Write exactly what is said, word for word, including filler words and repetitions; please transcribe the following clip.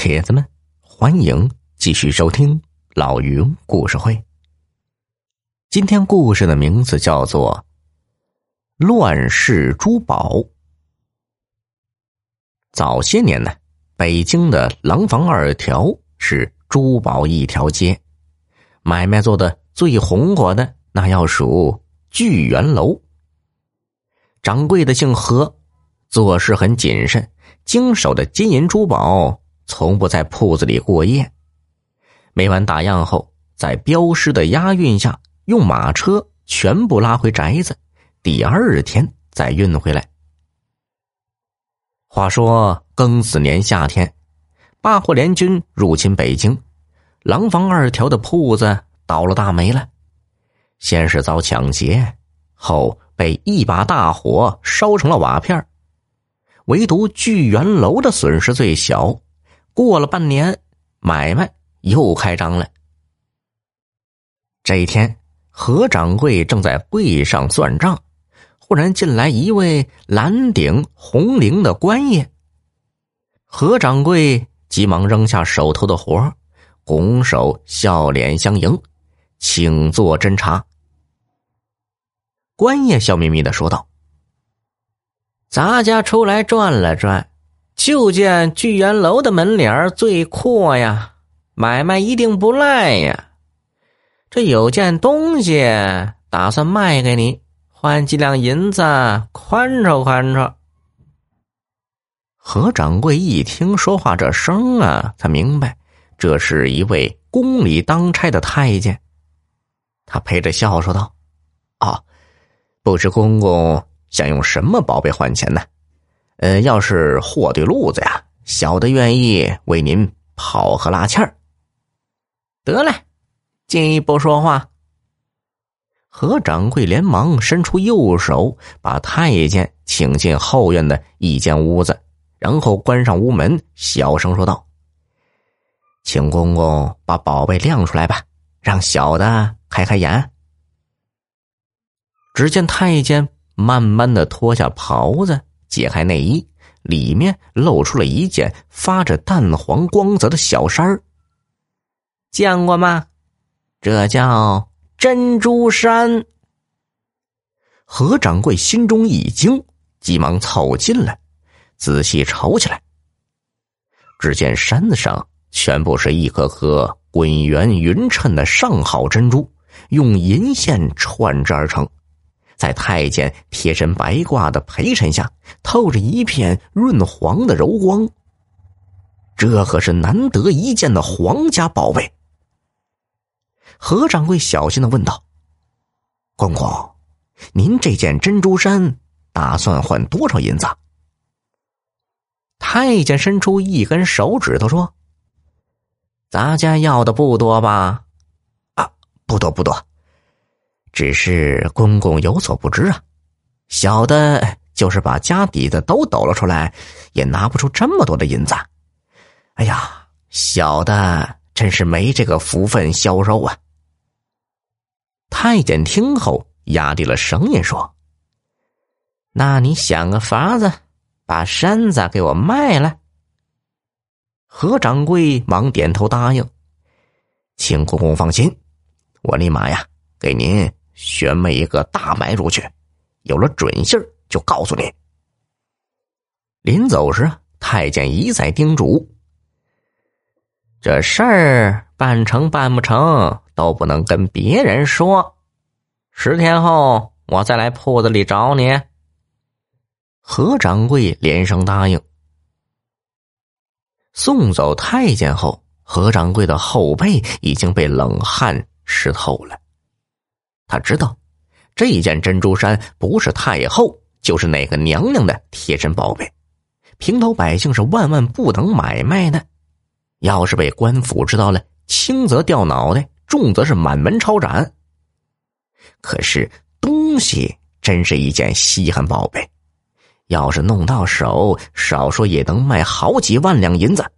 铁子们，欢迎继续收听老于故事会。今天故事的名字叫做《乱世珠宝》。早些年呢，北京的廊坊二条是珠宝一条街，买卖做的最红火的那要数聚源楼。掌柜的姓何，做事很谨慎，经手的金银珠宝从不在铺子里过夜。每晚打烊后，在镖师的押运下，用马车全部拉回宅子，第二天再运回来。话说庚子年夏天，八国联军入侵北京，廊坊二条的铺子倒了大霉了。先是遭抢劫，后被一把大火烧成了瓦片，唯独聚源楼的损失最小。过了半年，买卖又开张了。这一天，何掌柜正在柜上算账，忽然进来一位蓝顶红绫的官爷。何掌柜急忙扔下手头的活，拱手笑脸相迎，请坐斟茶。官爷笑眯眯地说道：咱家出来转了转，就见聚源楼的门脸最阔呀，买卖一定不赖呀。这有件东西打算卖给你，换几两银子宽敞宽敞。何掌柜一听说话这声啊，才明白这是一位宫里当差的太监。他陪着笑说道：哦，不知公公想用什么宝贝换钱呢？呃，要是货对路子呀，小的愿意为您跑和拉纤儿。得嘞，进一步说话。何掌柜连忙伸出右手，把太监请进后院的一间屋子，然后关上屋门，小声说道：请公公把宝贝亮出来吧，让小的开开眼。只见太监慢慢的脱下袍子，解开内衣，里面露出了一件发着淡黄光泽的小衫儿。见过吗？这叫珍珠衫。何掌柜心中一惊，急忙凑近来，仔细瞅起来。只见衫子上全部是一颗颗滚圆匀称的上好珍珠，用银线串制而成，在太监贴身白褂的陪衬下，透着一片润黄的柔光。这可是难得一见的皇家宝贝。何掌柜小心地问道：公公，您这件珍珠衫打算换多少银子？太监伸出一根手指头说：咱家要的不多吧？啊，不多不多，只是公公有所不知啊，小的就是把家底子都抖了出来，也拿不出这么多的银子。哎呀，小的真是没这个福分销售啊。太监听后压低了声音说：那你想个法子，把衫子给我卖了。何掌柜忙点头答应：请公公放心，我立马呀给您选美一个大买主去，有了准信儿就告诉你。临走时，太监一再叮嘱：这事儿办成办不成都不能跟别人说，十天后我再来铺子里找你。何掌柜连声答应。送走太监后，何掌柜的后背已经被冷汗湿透了。他知道这件珍珠衫不是太后就是哪个娘娘的贴身宝贝，平头百姓是万万不能买卖的。要是被官府知道了，轻则掉脑袋，重则是满门抄斩。可是东西真是一件稀罕宝贝，要是弄到手，少说也能卖好几万两银子。